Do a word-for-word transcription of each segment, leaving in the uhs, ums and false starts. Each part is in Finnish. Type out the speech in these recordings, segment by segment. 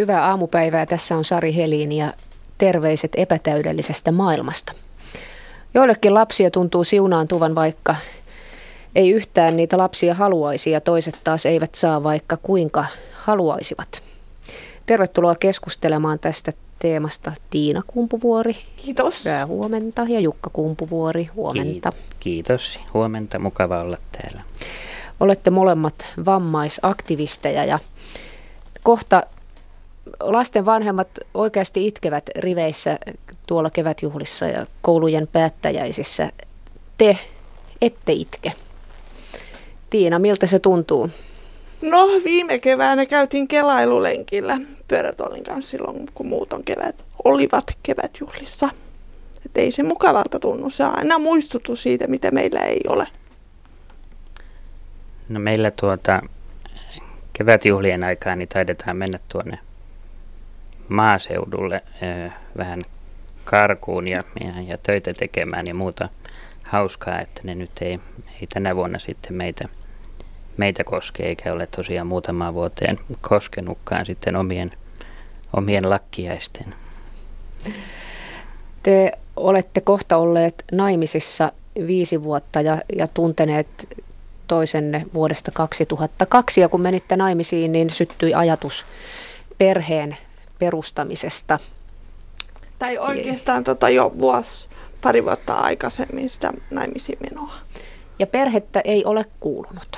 Hyvää aamupäivää. Tässä on Sari Helin ja terveiset epätäydellisestä maailmasta. Joillekin lapsia tuntuu siunaantuvan, vaikka ei yhtään niitä lapsia haluaisi, ja toiset taas eivät saa, vaikka kuinka haluaisivat. Tervetuloa keskustelemaan tästä teemasta Tiina Kumpuvuori. Kiitos. Hyvää huomenta. Ja Jukka Kumpuvuori. Huomenta. Kiitos. Huomenta. Mukava olla täällä. Olette molemmat vammaisaktivisteja ja kohta lasten vanhemmat oikeasti itkevät riveissä tuolla kevätjuhlissa ja koulujen päättäjäisissä. Te ette itke. Tiina, miltä se tuntuu? No, viime keväänä käytiin kelailulenkillä pyörätuolin kanssa silloin, kun muut on kevät, olivat kevätjuhlissa. Et ei se mukavalta tunnu. Se on aina muistutus siitä, mitä meillä ei ole. No meillä tuota kevätjuhlien aikaan niin taidetaan mennä tuonne maaseudulle ö, vähän karkuun ja, ja, ja töitä tekemään ja muuta hauskaa, että ne nyt ei, ei tänä vuonna sitten meitä, meitä koske, eikä ole tosiaan muutamaan vuoteen koskenutkaan sitten omien, omien lakkiaisten. Te olette kohta olleet naimisissa viisi vuotta ja, ja tunteneet toisenne vuodesta kaksituhattakaksi, ja kun menitte naimisiin, niin syttyi ajatus perheen perustamisesta. Tai oikeastaan tota jo vuosi, pari vuotta aikaisemmin sitä naimisiin menoa. Ja perhettä ei ole kuulunut.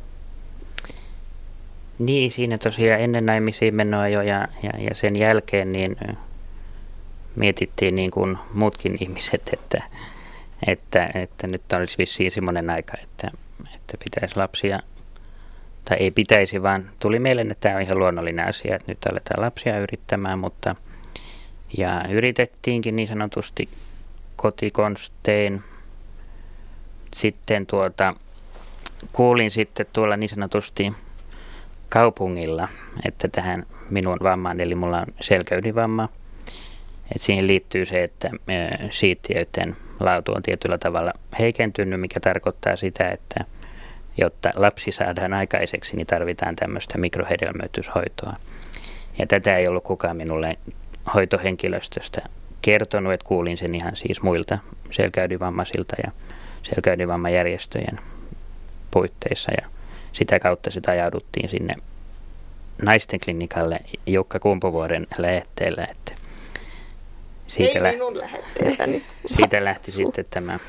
Niin, siinä tosiaan ennen naimisiin menoa jo ja, ja, ja sen jälkeen niin mietittiin niin kuin muutkin ihmiset, että, että, että nyt olisi vissiin semmoinen aika, että, että pitäisi lapsia, tai ei pitäisi, vaan tuli mieleen, että tämä on ihan luonnollinen asia, että nyt aletaan lapsia yrittämään, mutta ja yritettiinkin niin sanotusti kotikonstein. Sitten tuota, kuulin sitten tuolla niin sanotusti kaupungilla, että tähän minun vammaan, eli mulla on selkäydinvamma, että siihen liittyy se, että siittiöiden laatu on tietyllä tavalla heikentynyt, mikä tarkoittaa sitä, että jotta lapsi saadaan aikaiseksi, niin tarvitaan tämmöistä mikrohedelmöityshoitoa. Ja tätä ei ollut kukaan minulle hoitohenkilöstöstä kertonut, että kuulin sen ihan siis muilta selkäydinvammaisilta ja selkäydinvammajärjestöjen puitteissa. Ja sitä kautta sitä ajauduttiin sinne naisten klinikalle Jukka Kumpuvuoren lähetteellä. Että siitä ei lähti, minun lähetteeltäni. Siitä lähti sitten tämä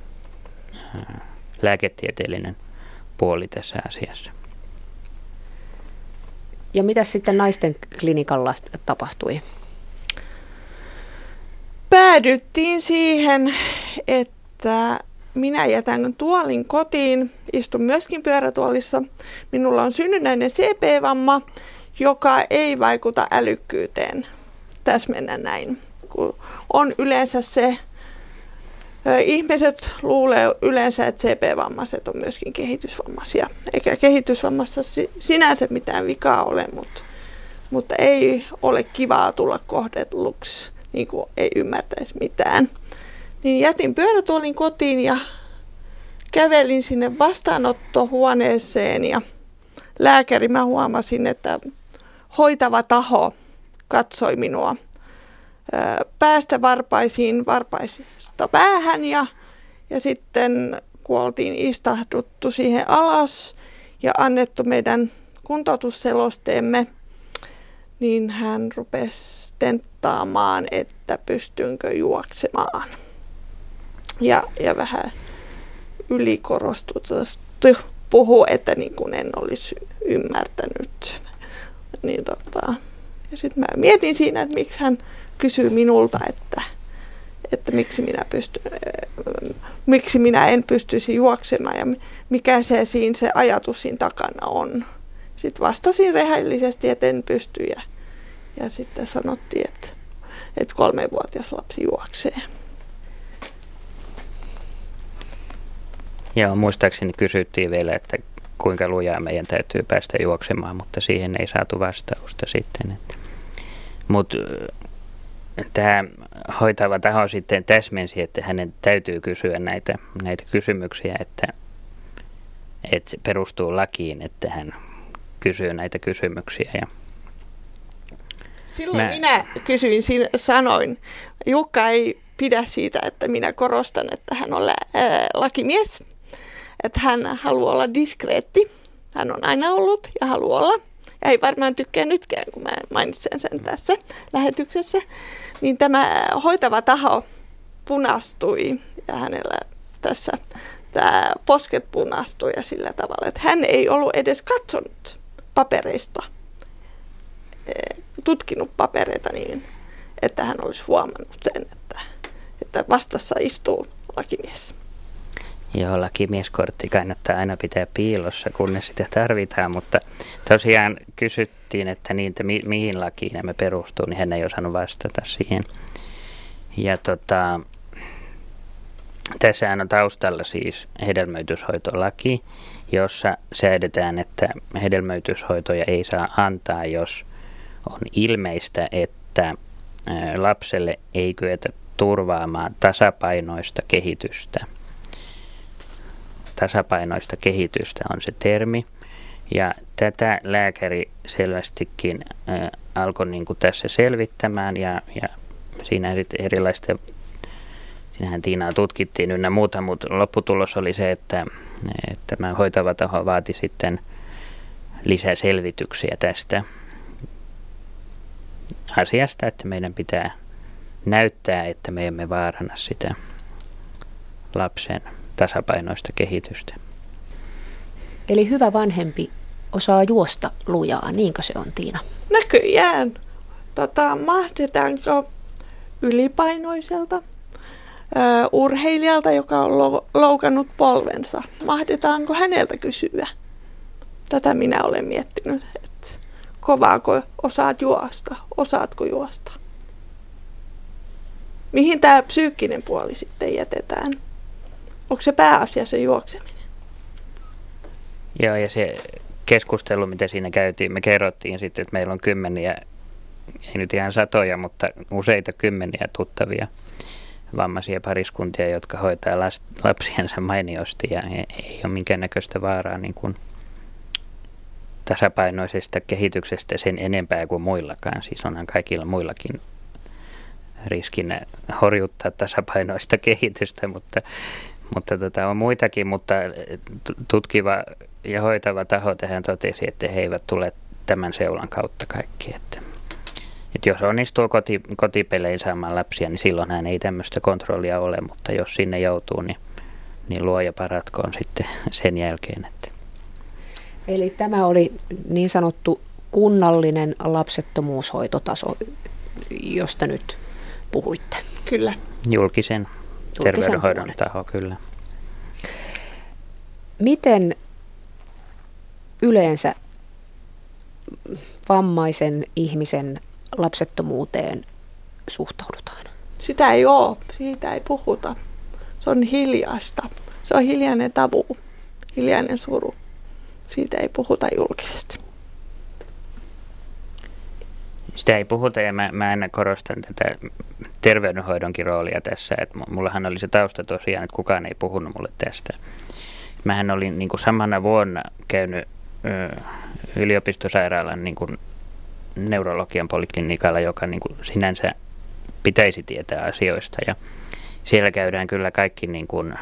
lääketieteellinen puoli tässä asiassa. Ja mitä sitten naisten klinikalla tapahtui? Päädyttiin siihen, että minä jätän tuolin kotiin, istun myöskin pyörätuolissa. Minulla on synnynnäinen C P-vamma, joka ei vaikuta älykkyyteen täsmennä näin. Kun on yleensä se, ihmiset luulee yleensä, että C P-vammaiset on myöskin kehitysvammaisia. Eikä kehitysvammassa sinänsä mitään vikaa ole, mutta, mutta ei ole kivaa tulla kohdelluksi, niin kuin ei ymmärtäisi mitään. Niin jätin pyörätuolin kotiin ja kävelin sinne vastaanottohuoneeseen ja lääkäri, mä huomasin, että hoitava taho katsoi minua päästä varpaisiin, varpaisista päähän ja, ja sitten kun oltiin istahduttu siihen alas ja annettu meidän kuntoutusselosteemme, niin hän rupesi tenttaamaan, että pystynkö juoksemaan. Ja, ja vähän ylikorostusti puhuu, että niin kuin en olisi ymmärtänyt. Niin tota, ja sitten mä mietin siinä, että miksi hän kysyy minulta, että, että miksi, minä pysty, miksi minä en pystyisi juoksemaan ja mikä se, siinä, se ajatus siinä takana on. Sitten vastasin rehellisesti, että en pysty ja, ja sitten sanottiin, että, että kolmevuotias lapsi juoksee. Joo, muistaakseni kysyttiin vielä, että kuinka lujaa meidän täytyy päästä juoksemaan, mutta siihen ei saatu vastausta sitten. Mutta tämä hoitava taho sitten täsmensi, että hänen täytyy kysyä näitä, näitä kysymyksiä, että, että se perustuu lakiin, että hän kysyy näitä kysymyksiä. Ja Silloin mä... minä kysyin, sanoin, Jukka ei pidä siitä, että minä korostan, että hän on lä- ää, lakimies, että hän haluaa olla diskreetti. Hän on aina ollut ja haluaa olla. Ja ei varmaan tykkää nytkään, kun mä mainitsen sen tässä lähetyksessä. Niin tämä hoitava taho punastui ja hänellä tässä tämä posket punastui ja sillä tavalla, että hän ei ollut edes katsonut papereista, tutkinut papereita niin, että hän olisi huomannut sen, että, että vastassa istuu lakimies. Joo, lakimieskortti kannattaa aina pitää piilossa, kunnes sitä tarvitaan, mutta tosiaan kysyttiin, että niitä, mi- mihin lakiin nämä perustuu, niin hän ei osannut vastata siihen. Ja tota, tässä on taustalla siis hedelmöityshoitolaki, jossa säädetään, että hedelmöityshoitoja ei saa antaa, jos on ilmeistä, että lapselle ei kyetä turvaamaan tasapainoista kehitystä. Tasapainoista kehitystä on se termi. Ja tätä lääkäri selvästikin ä, alkoi niin kuin tässä selvittämään ja, ja siinä sitten erilaisten, siinähän Tiinaa tutkittiin ynnä muuta, mutta lopputulos oli se, että, että tämä hoitava taho vaati sitten lisää selvityksiä tästä asiasta, että meidän pitää näyttää, että me emme vaaranna sitä lapsen tasapainoista kehitystä. Eli hyvä vanhempi osaa juosta lujaa, niinkö se on, Tiina? Näköjään. Tota, mahdetaanko ylipainoiselta ö, urheilijalta, joka on lo- loukannut polvensa, mahdetaanko häneltä kysyä? Tätä minä olen miettinyt, että kovaako osaat juosta, osaatko juosta? Mihin tämä psyykkinen puoli sitten jätetään? Onko se pääasia se juokseminen? Joo, ja se keskustelu, mitä siinä käytiin, me kerrottiin sitten, että meillä on kymmeniä, ei nyt ihan satoja, mutta useita kymmeniä tuttavia vammaisia pariskuntia, jotka hoitaa lapsiensa mainiosti ja ei ole minkäännäköistä vaaraa niin kuin tasapainoisesta kehityksestä sen enempää kuin muillakaan. Siis onhan kaikilla muillakin riskinä horjuttaa tasapainoista kehitystä, mutta, mutta tota, on muitakin, mutta tutkiva ja hoitava taho tähän totesi, että he eivät tule tämän seulan kautta kaikki. Että, että jos onnistuu koti, kotipelein saamaan lapsia, niin silloinhan ei tämmöistä kontrollia ole, mutta jos sinne joutuu, niin, niin luoja paratkoon sitten sen jälkeen. Että. Eli tämä oli niin sanottu kunnallinen lapsettomuushoitotaso, josta nyt puhuitte. Kyllä. Julkisen, Julkisen terveydenhoidon puolen taho, kyllä. Miten yleensä vammaisen ihmisen lapsettomuuteen suhtaudutaan? Sitä ei ole, siitä ei puhuta. Se on hiljaista. Se on hiljainen tabu, hiljainen suru. Siitä ei puhuta julkisesti. Sitä ei puhuta ja mä, mä aina korostan tätä terveydenhoidonkin roolia tässä. Että mullahan oli se tausta tosiaan, että kukaan ei puhunut mulle tästä. Mähän olin niin kuin samana vuonna käynyt ö, yliopistosairaalan niin kuin neurologian poliklinikalla, joka niin kuin sinänsä pitäisi tietää asioista. Ja siellä käydään kyllä kaikki niin kuin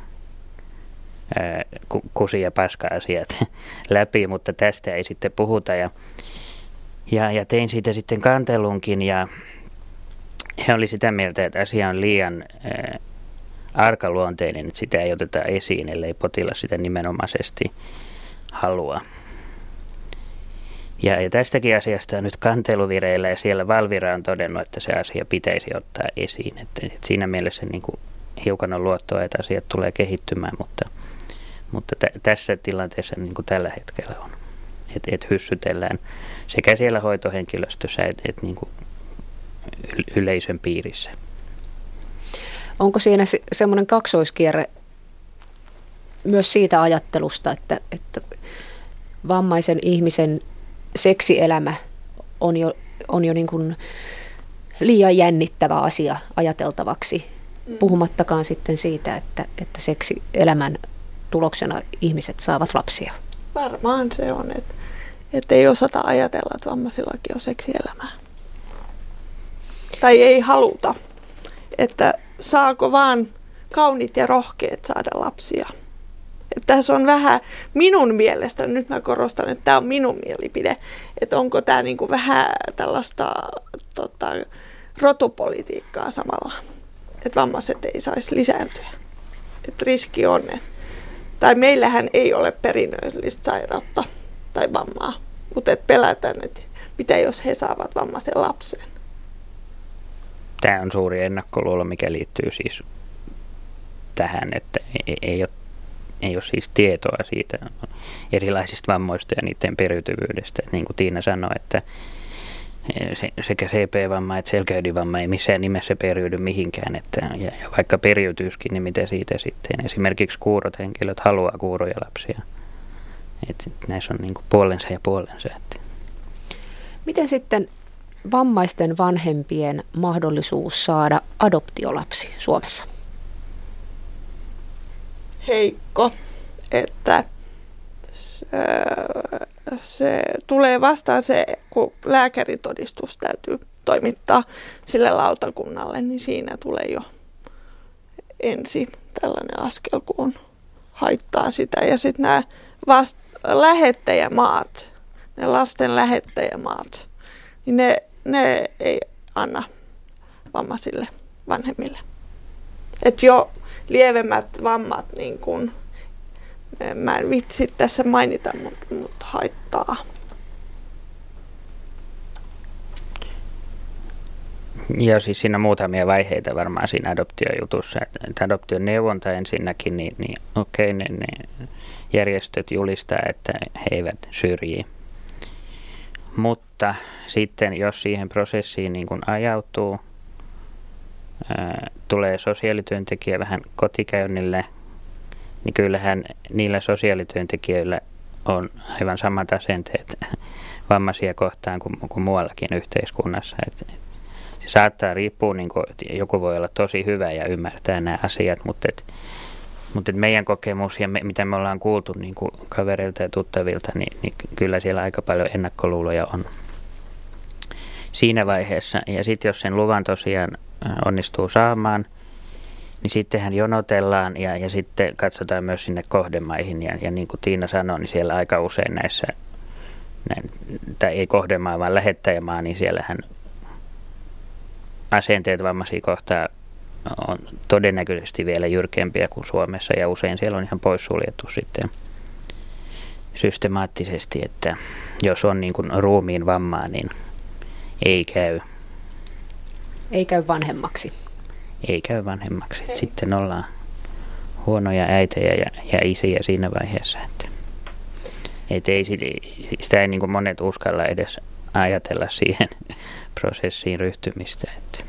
kusi- ja paska-asiat läpi, mutta tästä ei sitten puhuta. Ja, ja, ja tein siitä sitten kantelunkin ja he oli sitä mieltä, että asia on liian ää, arkaluonteinen, että sitä ei oteta esiin, ellei potilas sitä nimenomaisesti halua. Ja, ja tästäkin asiasta on nyt kanteluvireillä ja siellä Valvira on todennut, että se asia pitäisi ottaa esiin. Että, että siinä mielessä niin kuin hiukan on luottoa, että asiat tulee kehittymään, mutta Mutta t- tässä tilanteessa niin kuin tällä hetkellä on, että et hyssytellään sekä siellä hoitohenkilöstössä että et niin kuin yleisön piirissä. Onko siinä se, semmoinen kaksoiskierre myös siitä ajattelusta, että, että vammaisen ihmisen seksielämä on jo, on jo niin kuin liian jännittävä asia ajateltavaksi, mm. puhumattakaan sitten siitä, että, että seksielämän tuloksena ihmiset saavat lapsia? Varmaan se on, että, että ei osata ajatella, että vammaisillakin on seksielämää. tai ei haluta, että saako vaan kauniit ja rohkeat saada lapsia. Että tässä on vähän minun mielestä, nyt mä korostan, että tämä on minun mielipide, että onko tämä niinku vähän tällaista tota, rotupolitiikkaa samalla, että vammaiset ei saisi lisääntyä. Että riski on, tai meillähän ei ole perinnöllistä sairautta tai vammaa, mutta et pelätään, että mitä jos he saavat vammaisen lapsen. Tämä on suuri ennakkoluulo, mikä liittyy siis tähän, että ei, ei, ole, ei ole siis tietoa siitä erilaisista vammoista ja niiden periytyvyydestä. Niin kuin Tiina sanoi, että sekä C P-vamma että selkäydinvamma ei missään nimessä periydy mihinkään. Että, ja, ja vaikka periytyisikin, niin mitä siitä sitten? Esimerkiksi kuurot henkilöt haluaa kuuroja lapsia. Että näissä on niin kuin puolensa ja puolensa. Että. Miten sitten vammaisten vanhempien mahdollisuus saada adoptiolapsi Suomessa? Heikko, että se, se tulee vastaan se, kun lääkäritodistus täytyy toimittaa sille lautakunnalle, niin siinä tulee jo ensi tällainen askel, kun haittaa sitä. Ja sitten nämä vast- lähettäjämaat, ne lasten lähettäjämaat, niin ne, ne ei anna vammaisille vanhemmille. Et jo lievemmät vammat, niin kun, mä en vitsi tässä mainita, mutta mut haittaa. Ja siis siinä on muutamia vaiheita varmaan siinä adoptiojutussa. Että adoption neuvonta ensinnäkin, niin, niin okei, ne, ne järjestöt julistaa, että he eivät syrji. Mutta sitten jos siihen prosessiin niin kun ajautuu, ää, tulee sosiaalityöntekijä vähän kotikäynnille, niin kyllähän niillä sosiaalityöntekijöillä on aivan samat asenteet vammaisia kohtaan kuin, kuin muuallakin yhteiskunnassa. Et, se saattaa riippua, niin kuin, joku voi olla tosi hyvä ja ymmärtää nämä asiat, mutta, et, mutta et meidän kokemus ja me, mitä me ollaan kuultu niin kuin kavereilta ja tuttavilta, niin, niin kyllä siellä aika paljon ennakkoluuloja on siinä vaiheessa. Ja sitten jos sen luvan tosiaan onnistuu saamaan, niin sittenhän jonotellaan ja, ja sitten katsotaan myös sinne kohdemaihin. Ja, ja niin kuin Tiina sanoi, niin siellä aika usein näissä, näin, tai ei kohdemaa, vaan lähettäjämaa, niin siellähän asenteet vammaisia kohtaan on todennäköisesti vielä jyrkempiä kuin Suomessa. Ja usein siellä on ihan poissuljettu sitten systemaattisesti, että jos on niin kuin ruumiin vammaa, niin ei käy. Ei käy vanhemmaksi. Ei käy vanhemmaksi. Ei. Sitten ollaan huonoja äitejä ja, ja isiä siinä vaiheessa. Että, et ei, sitä ei niin kuin monet uskalla edes ajatella siihen prosessiin ryhtymistä. Että.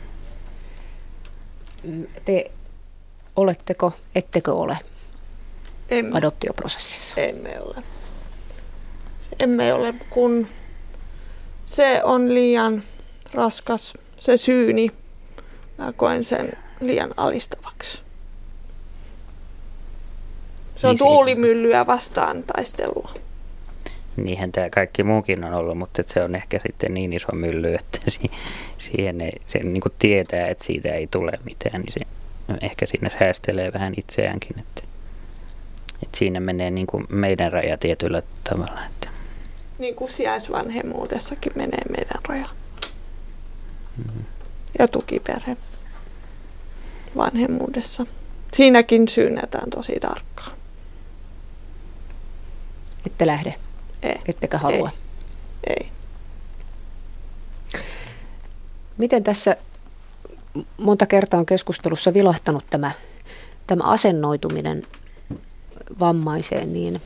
Te oletteko, ettekö ole emme, adoptioprosessissa? Emme ole. Emme ole, kun se on liian raskas, se syyni. Mä koen sen liian alistavaksi. Se on tuulimyllyä vastaan taistelua. Niinhän tämä kaikki muukin on ollut, mutta se on ehkä sitten niin iso mylly, että siihen ei, sen niin kuin tietää, että siitä ei tule mitään, niin se ehkä siinä säästelee vähän itseäänkin. Että, että siinä menee niin kuin meidän raja tietyllä tavalla. Että. Niin kuin sijaisvanhemmuudessakin menee meidän raja. Mm-hmm. Ja tukiperhe vanhemmuudessa. Siinäkin syynnätään tosi tarkkaan. Ette lähde? Ei. Ettekä halua? Ei. Ei. Miten tässä monta kertaa on keskustelussa vilahtanut tämä, tämä asennoituminen vammaiseen, niin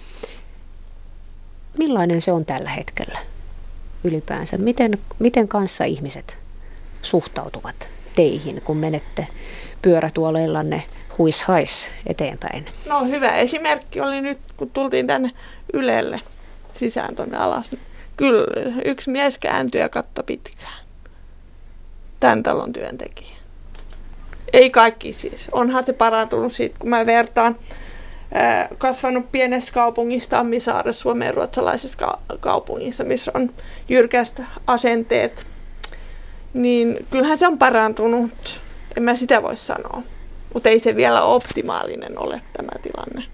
millainen se on tällä hetkellä ylipäänsä? Miten, miten kanssa ihmiset suhtautuvat teihin, kun menette pyörätuoleillanne huis hais eteenpäin? No hyvä esimerkki oli nyt, kun tultiin tänne Ylelle sisään tuonne alas. Niin kyllä yksi mies kääntyi ja katsoi pitkään. Tämän talon työntekijä. Ei kaikki siis. Onhan se parantunut siitä, kun mä vertaan ää, kasvanut pienessä kaupungissa Tammisaaressa, suomen ruotsalaisessa ka- kaupungissa, missä on jyrkästä asenteet niin kyllähän se on parantunut. En mä sitä voi sanoa. Mutta ei se vielä optimaalinen ole tämä tilanne.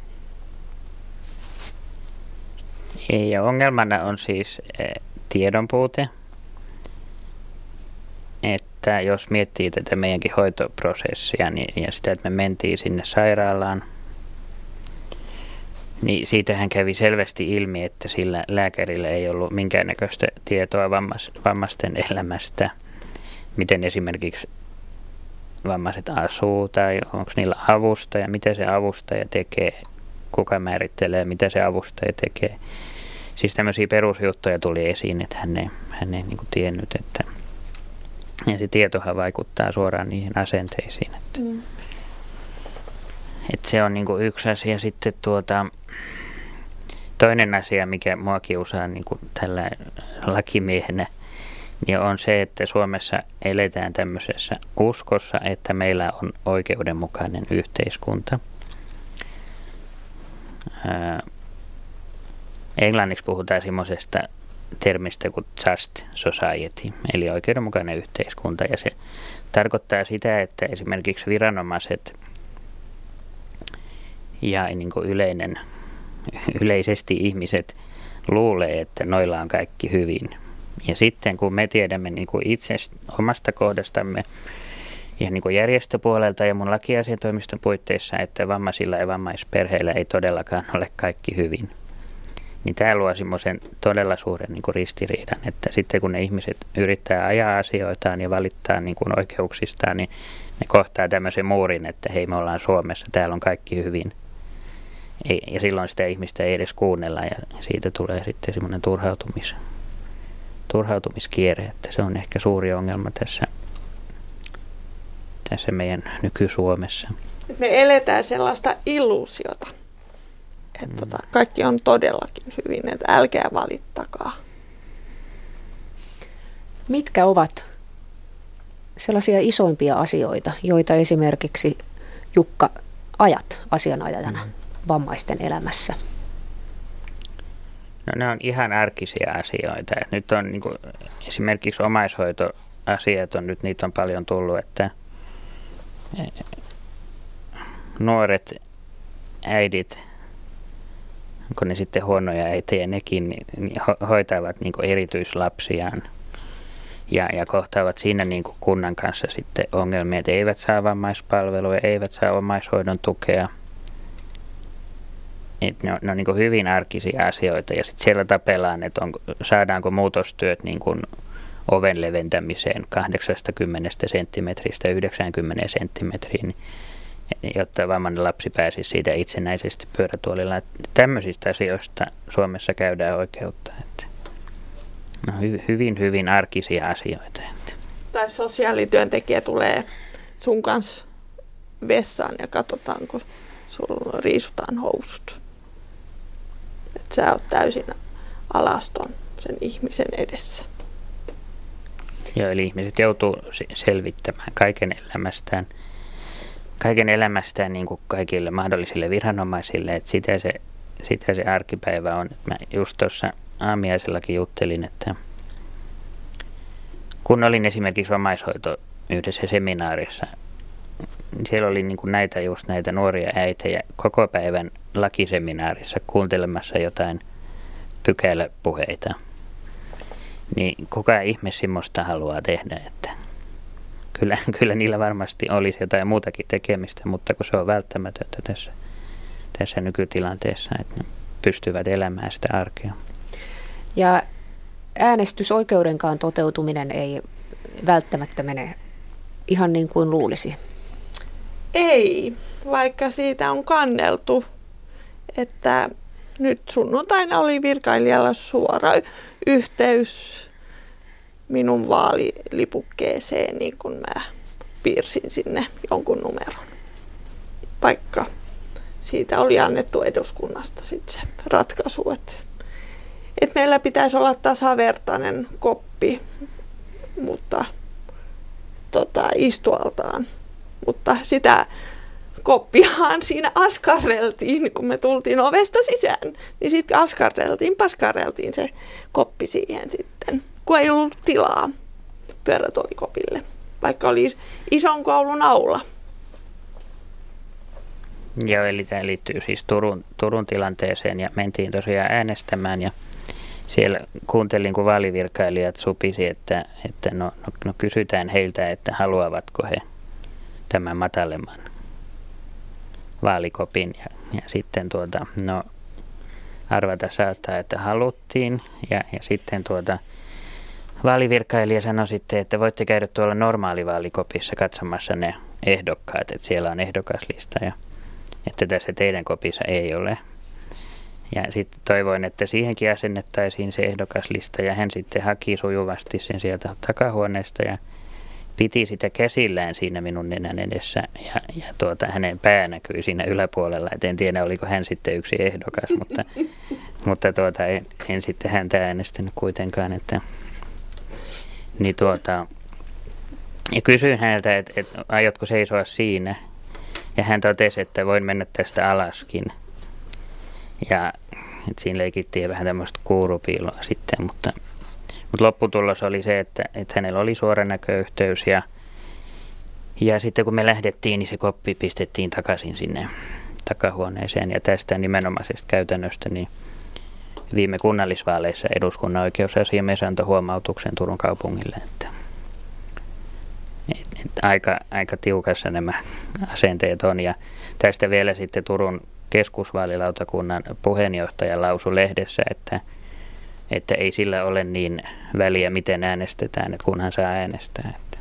Ja ongelmana on siis tiedon puute. Että jos miettii tätä meidänkin hoitoprosessia niin, ja sitä, että me mentiin sinne sairaalaan, niin siitähän kävi selvästi ilmi, että sillä lääkärillä ei ollut minkäännäköistä tietoa vammas, vammaisten elämästä, miten esimerkiksi vammaiset asuu tai onko niillä avustaja, mitä se avustaja tekee, kuka määrittelee, mitä se avustaja tekee. Siis tämmöisiä perusjuttuja tuli esiin, että hän ei, hän ei niin kuin tiennyt, että ja se tietohan vaikuttaa suoraan niihin asenteisiin. Että, mm. että se on niin kuin yksi asia. Sitten tuota, toinen asia, mikä mua kiusaa niin kuin tällä lakimiehenä, niin on se, että Suomessa eletään tämmöisessä uskossa, että meillä on oikeudenmukainen yhteiskunta. Ää, englanniksi puhutaan semmoisesta termistä kuin just society, eli oikeudenmukainen yhteiskunta. Ja se tarkoittaa sitä, että esimerkiksi viranomaiset ja niin kuin yleinen, yleisesti ihmiset luulee, että noilla on kaikki hyvin. Ja sitten kun me tiedämme niin kuin itse omasta kohdastamme ja niin kuin järjestöpuolelta ja mun lakiasiantoimiston puitteissa, että vammaisilla ja vammaisperheillä ei todellakaan ole kaikki hyvin, niin tämä luo semmoisen todella suuren niin kuin ristiriidan, että sitten kun ne ihmiset yrittää ajaa asioitaan ja valittaa niin kuin oikeuksistaan, niin ne kohtaa tämmöisen muurin, että hei, me ollaan Suomessa, täällä on kaikki hyvin. Ja silloin sitä ihmistä ei edes kuunnella ja siitä tulee sitten semmoinen turhautumis, turhautumiskierre, että se on ehkä suuri ongelma tässä, tässä meidän nyky-Suomessa. Me eletään sellaista illuusiota, että mm. tota, kaikki on todellakin hyvin, että älkää valittakaa. Mitkä ovat sellaisia isoimpia asioita, joita esimerkiksi Jukka ajat asianajajana mm. vammaisten elämässä? No, ne on ihan arkisia asioita. Et nyt on niin kuin, esimerkiksi omaishoitoasiat on nyt, niitä on paljon tullut, että nuoret äidit, onko ne sitten huonoja äitejä nekin, niin, niin ho- hoitavat niin kuin erityislapsiaan ja, ja kohtaavat siinä niin kuin kunnan kanssa sitten ongelmia, että eivät saa vammaispalveluja, eivät saa omaishoidon tukea. Et ne on, ne on niin kuin hyvin arkisia asioita ja sitten siellä tapellaan, että on, saadaanko muutostyöt niin kuin oven leventämiseen kahdeksastakymmenestä senttimetristä yhdeksäänkymmeneen senttimetriin, jotta vammainen lapsi pääsisi siitä itsenäisesti pyörätuolilla. Tämmöisistä asioista Suomessa käydään oikeutta. Että no, hy, hyvin, hyvin arkisia asioita. Tai sosiaalityöntekijä tulee sun kanssa vessaan ja katsotaan, kun sulla riisutaan housut. Että sä oot täysin alaston sen ihmisen edessä. Joo, eli ihmiset joutuu selvittämään kaiken elämästään, kaiken elämästään niin kuin kaikille mahdollisille viranomaisille, että sitä se, sitä se arkipäivä on. Mä just tuossa aamiaisellakin juttelin, että kun olin esimerkiksi omaishoito yhdessä seminaarissa, niin siellä oli niin kuin näitä just näitä nuoria äitejä koko päivän lakiseminaarissa kuuntelemassa jotain pykäläpuheita. Niin kuka ihme semmoista haluaa tehdä, että kyllä, kyllä niillä varmasti olisi jotain muutakin tekemistä, mutta kun se on välttämätöntä tässä, tässä nykytilanteessa, että ne pystyvät elämään sitä arkea. Ja äänestysoikeudenkaan toteutuminen ei välttämättä mene ihan niin kuin luulisi. Ei, vaikka siitä on kanneltu, että nyt sunnuntaina oli virkailijalla suora yhteys minun vaalilipukkeeseen, niin kun mä piirsin sinne jonkun numeron. Vaikka siitä oli annettu eduskunnasta sitten se ratkaisu, että, että meillä pitäisi olla tasavertainen koppi, mutta tota, istualtaan. Mutta sitä koppiaan siinä askarreltiin, kun me tultiin ovesta sisään, niin sitten askarreltiin, paskarreltiin se koppi siihen sitten, kun ei ollut tilaa. pyörätuolikopille, vaikka oli ison koulun aula. Joo, eli tämä liittyy siis Turun, Turun tilanteeseen ja mentiin tosiaan äänestämään ja siellä kuuntelin, kun vaalivirkailijat supisi, että, että no, no, no kysytään heiltä, että haluavatko he tämän matalemman vaalikopin ja, ja sitten tuota, no arvata saattaa, että haluttiin ja, ja sitten tuota vaalivirkailija sanoi sitten, että voitte käydä tuolla normaalivaalikopissa katsomassa ne ehdokkaat, että siellä on ehdokaslista ja että tässä teidän kopissa ei ole. Ja sitten toivoin, että siihenkin asennettaisiin se ehdokaslista ja hän sitten haki sujuvasti sen sieltä takahuoneesta ja piti sitä käsillään siinä minun nenän edessä ja, ja tuota, hänen pää näkyi siinä yläpuolella. Et en tiedä, oliko hän sitten yksi ehdokas, mutta, mutta tuota, en, en sitten häntä äänestänyt kuitenkaan. Että, niin tuota, ja kysyin häneltä, että, että aiotko seisoa siinä ja hän totesi, että voin mennä tästä alaskin. Ja että siinä leikittiin vähän tämmöistä kuurupiiloa sitten, mutta, mutta lopputulos oli se, että, että hänellä oli suoranäköyhteys ja, ja sitten kun me lähdettiin, niin se koppi pistettiin takaisin sinne takahuoneeseen ja tästä nimenomaisesta käytännöstä niin viime kunnallisvaaleissa eduskunnan oikeusasiamies antoi huomautuksen Turun kaupungille, että et, et aika, aika tiukassa nämä asenteet on ja tästä vielä sitten Turun keskusvaalilautakunnan puheenjohtaja lausui lehdessä, että, että ei sillä ole niin väliä, miten äänestetään, että kunhan saa äänestää. Että.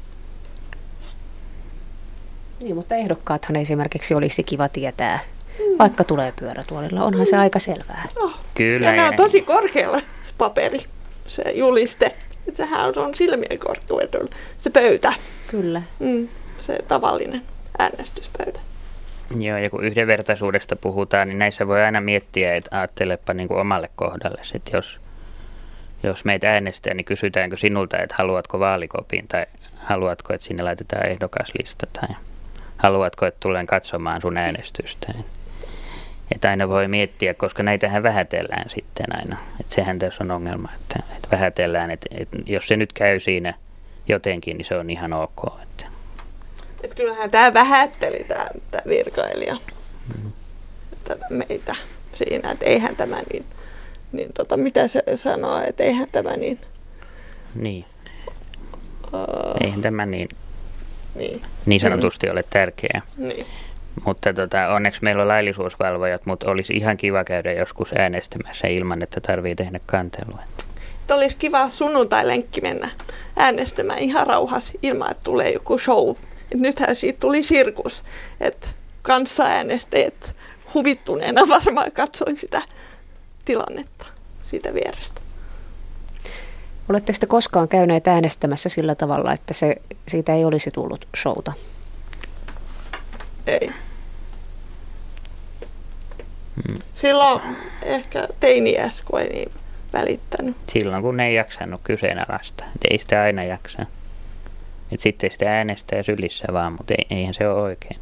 Niin, mutta ehdokkaathan esimerkiksi olisi kiva tietää, mm. vaikka tulee pyörätuolilla. Onhan mm. se aika selvää. Oh. Kyllä. Ja nämä on tosi korkealla se paperi, se juliste. Sehän on silmien korkeudella se pöytä. Kyllä. Mm. Se tavallinen äänestyspöytä. Joo, ja kun yhdenvertaisuudesta puhutaan, niin näissä voi aina miettiä, että ajattelepa niin kuin omalle kohdalle. Että jos, jos meitä äänestää, niin kysytäänkö sinulta, että haluatko vaalikopin tai haluatko, että sinne laitetaan ehdokaslista tai haluatko, että tulen katsomaan sun äänestystä. Että aina voi miettiä, koska näitähän vähätellään sitten aina. Että sehän tässä on ongelma, että, että vähätellään, että, että jos se nyt käy siinä jotenkin, niin se on ihan ok. Että. Että kyllähän tämä vähätteli tämä, tämä virkailija mm. tätä meitä siinä, että eihän tämä niin, niin tota, mitä se sanoo, että eihän tämä niin... Niin. Uh, eihän tämä niin, niin. niin sanotusti mm. ole tärkeää. Niin. Mutta tota, onneksi meillä on laillisuusvalvojat, mutta olisi ihan kiva käydä joskus äänestämässä ilman, että tarvii tehdä kantelua. Että olisi kiva sunnuntai-lenkki mennä äänestämään ihan rauhassa ilman, että tulee joku show. Et nythän siitä tuli sirkus, että kanssaäänestäjät huvittuneena varmaan katsoi sitä tilannetta siitä vierestä. Oletteko te koskaan käyneet äänestämässä sillä tavalla, että se, siitä ei olisi tullut showta? Ei. Hmm. Silloin ehkä teini-iässä, kun ei niin välittänyt. Silloin kun ei jaksanut kyseenalaista. Et ei sitä aina jaksa. Et sitten sitä äänestää sylissä vaan, mutta eihän se ole oikein.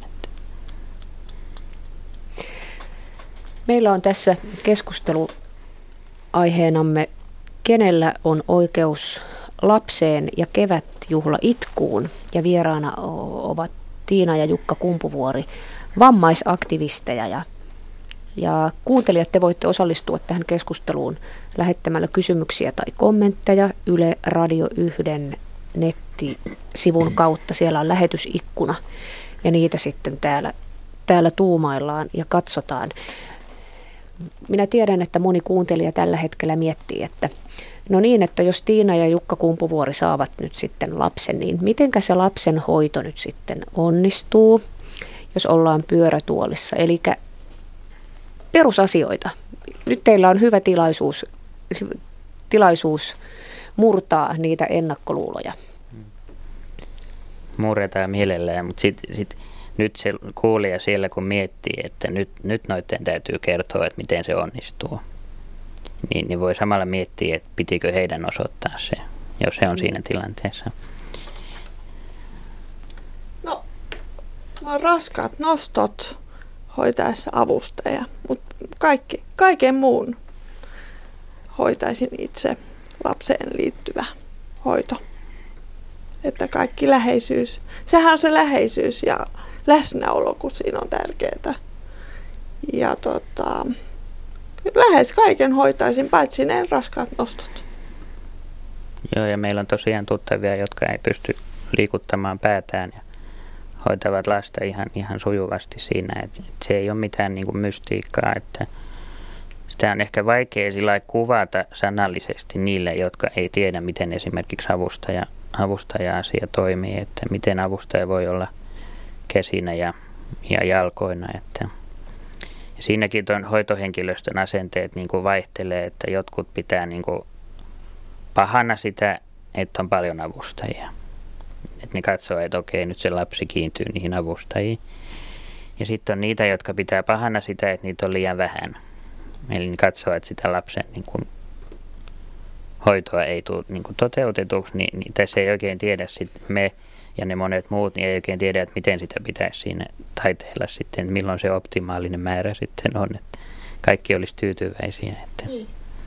Meillä on tässä keskusteluaiheenamme, kenellä on oikeus lapseen ja kevätjuhlaitkuun. Ja vieraana ovat Tiina ja Jukka Kumpuvuori, vammaisaktivisteja. Ja, ja kuuntelijat, te voitte osallistua tähän keskusteluun lähettämällä kysymyksiä tai kommentteja Yle Radio yksi nettisivun kautta. Siellä on lähetysikkuna ja niitä sitten täällä, täällä tuumaillaan ja katsotaan. Minä tiedän, että moni kuuntelija tällä hetkellä miettii, että no niin, että jos Tiina ja Jukka Kumpuvuori saavat nyt sitten lapsen, niin mitenkä se lapsen hoito nyt sitten onnistuu, jos ollaan pyörätuolissa? Eli perusasioita. Nyt teillä on hyvä tilaisuus, tilaisuus murtaa niitä ennakkoluuloja. Murretaan mielellään, mutta sitten sit, nyt se kuulija siellä kun miettii, että nyt, nyt noiden täytyy kertoa, että miten se onnistuu. Niin, niin voi samalla miettiä, että pitikö heidän osoittaa se, jos he on siinä tilanteessa. No, raskaat nostot hoitaessa avustaja, mutta kaikki, kaiken muun hoitaisin itse lapseen liittyvä hoito. Että kaikki läheisyys, sehän on se läheisyys ja läsnäolo, kun siinä on tärkeää. Ja tota, lähes kaiken hoitaisin, paitsi ne raskaat nostot. Joo, ja meillä on tosiaan tuttavia, jotka ei pysty liikuttamaan päätään ja hoitavat lasta ihan, ihan sujuvasti siinä. Että se ei ole mitään niin kuin mystiikkaa, että sitä on ehkä vaikea sillä kuvata sanallisesti niille, jotka ei tiedä, miten esimerkiksi avustaja, avustaja-asia toimii, että miten avustaja voi olla käsinä ja, ja jalkoina. Että. Ja siinäkin tuon hoitohenkilöstön asenteet niin kuin vaihtelee, että jotkut pitää niin kuin pahana sitä, että on paljon avustajia. Että ne katsoo, että okei, nyt se lapsi kiintyy niihin avustajiin. Ja sitten on niitä, jotka pitää pahana sitä, että niitä on liian vähän. Eli ne katsoo, että sitä lapsen niin kun, hoitoa ei tule niin kun toteutetuksi, niin, niin tässä ei oikein tiedä sit me ja ne monet muut, niin ei oikein tiedä, että miten sitä pitäisi siinä taiteella sitten, milloin se optimaalinen määrä sitten on, että kaikki olisi tyytyväisiä. Että. Niin.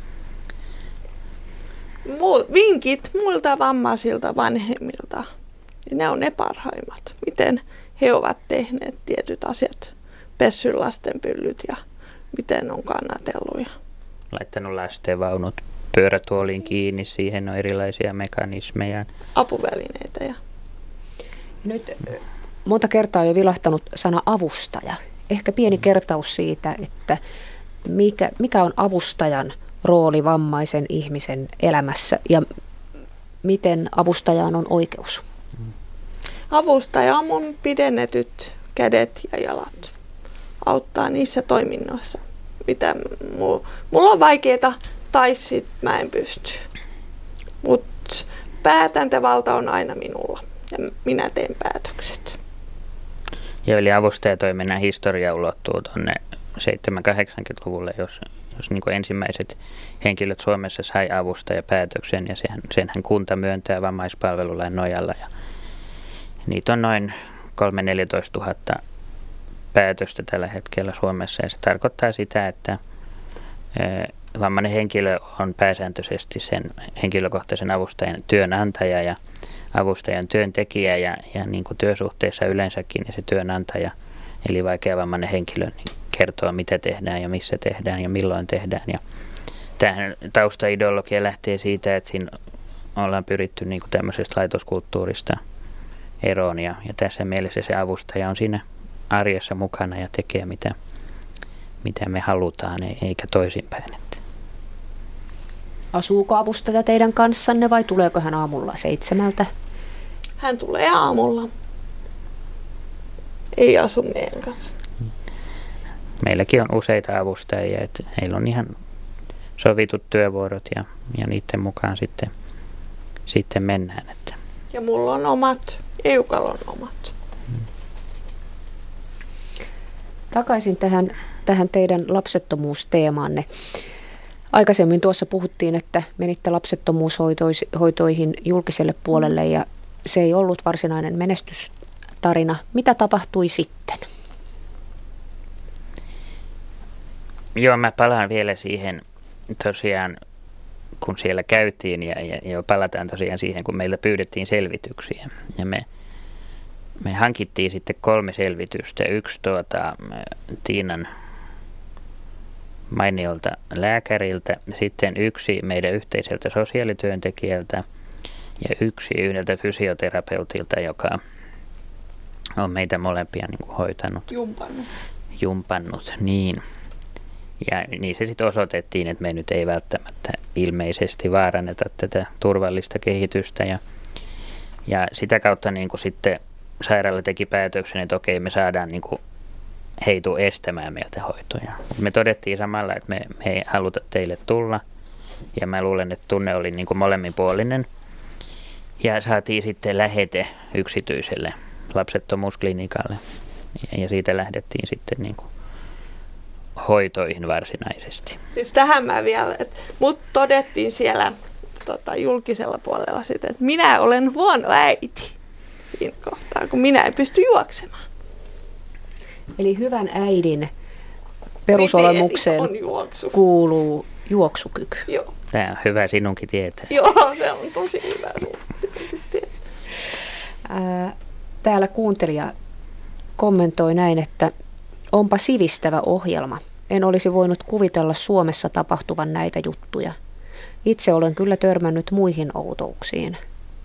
Mu- vinkit muilta vammaisilta vanhemmilta, niin ne on ne parhaimmat. Miten he ovat tehneet tietyt asiat, pessyn lastenpyllyt ja miten on kannatellut. Laittanut lastenvaunut pyörätuoliin kiinni, siihen on erilaisia mekanismeja. Apuvälineitä. Ja. Nyt monta kertaa on jo vilahtanut sana avustaja. Ehkä pieni kertaus siitä, että mikä, mikä on avustajan rooli vammaisen ihmisen elämässä ja miten avustajaan on oikeus? Avustaja on mun pidennetyt kädet ja jalat. Auttaa niissä toiminnoissa, mitä mulla on vaikeaa tai sit mä en pysty. Mutta päätäntävalta on aina minulla ja minä teen päätökset. Joo, eli avustajatoiminnan historia ulottuu tuonne seitsemänkymmentä-kahdeksankymmentäluvulle, jos, jos niin kuin ensimmäiset henkilöt Suomessa sai avustajapäätöksen ja senhän, senhän kunta myöntää vammaispalvelulain nojalla. Ja niitä on noin kolme neljätoista tuhatta päätöstä tällä hetkellä Suomessa ja se tarkoittaa sitä, että vammainen henkilö on pääsääntöisesti sen henkilökohtaisen avustajan työnantaja ja avustajan työntekijä ja, ja niin kuin työsuhteessa yleensäkin niin se työnantaja, eli vaikeavammainen henkilö niin kertoo, mitä tehdään ja missä tehdään ja milloin tehdään. Ja tämähän taustaideologia lähtee siitä, että siinä ollaan pyritty niin kuin tämmöisestä laitoskulttuurista eroon ja, ja tässä mielessä se avustaja on siinä arjessa mukana ja tekee mitä, mitä me halutaan, eikä toisinpäin. Asuuko avustaja teidän kanssanne vai tuleeko hän aamulla seitsemältä? Hän tulee aamulla. Ei asu meidän kanssa. Meilläkin on useita avustajia, että heillä on ihan sovitut työvuorot ja, ja niiden mukaan sitten, sitten mennään. Että. Ja mulla on omat, Eukalla on omat. Takaisin tähän, tähän teidän lapsettomuusteemaanne. Aikaisemmin tuossa puhuttiin, että menitte lapsettomuushoitoihin julkiselle puolelle ja se ei ollut varsinainen menestystarina. Mitä tapahtui sitten? Joo, mä palaan vielä siihen tosiaan, kun siellä käytiin ja, ja, ja palataan tosiaan siihen, kun meiltä pyydettiin selvityksiä. Ja me, me hankittiin sitten kolme selvitystä. Yksi tuota, Tiinan mainiolta lääkäriltä, sitten yksi meidän yhteiseltä sosiaalityöntekijältä ja yksi yhdeltä fysioterapeutilta, joka on meitä molempia niin kuin hoitanut. Jumpannut. Jumpannut, niin. Ja niin se sitten osoitettiin, että me nyt ei välttämättä ilmeisesti vaaranneta tätä turvallista kehitystä. Ja, ja sitä kautta niin kuin sitten sairaala teki päätöksen, että okei, me saadaan niin kuin heitu estämään meiltä hoitoja. Me todettiin samalla, että me, me ei haluta teille tulla. Ja mä luulen, että tunne oli niin kuin molemminpuolinen. Ja saatiin sitten lähete yksityiselle lapsettomuusklinikalle. Ja siitä lähdettiin sitten niin kuin hoitoihin varsinaisesti. Siis tähän mä vielä, että mut todettiin siellä tota, julkisella puolella sitten, että minä olen huono äiti siinä kohtaa, kun minä en pysty juoksemaan. Eli hyvän äidin perusolemukseen juoksu. kuuluu juoksukyky. Joo. Tämä on hyvä sinunkin tietää. Joo, se on tosi hyvä. Ää, täällä kuuntelija kommentoi näin, että onpa sivistävä ohjelma. En olisi voinut kuvitella Suomessa tapahtuvan näitä juttuja. Itse olen kyllä törmännyt muihin outouksiin.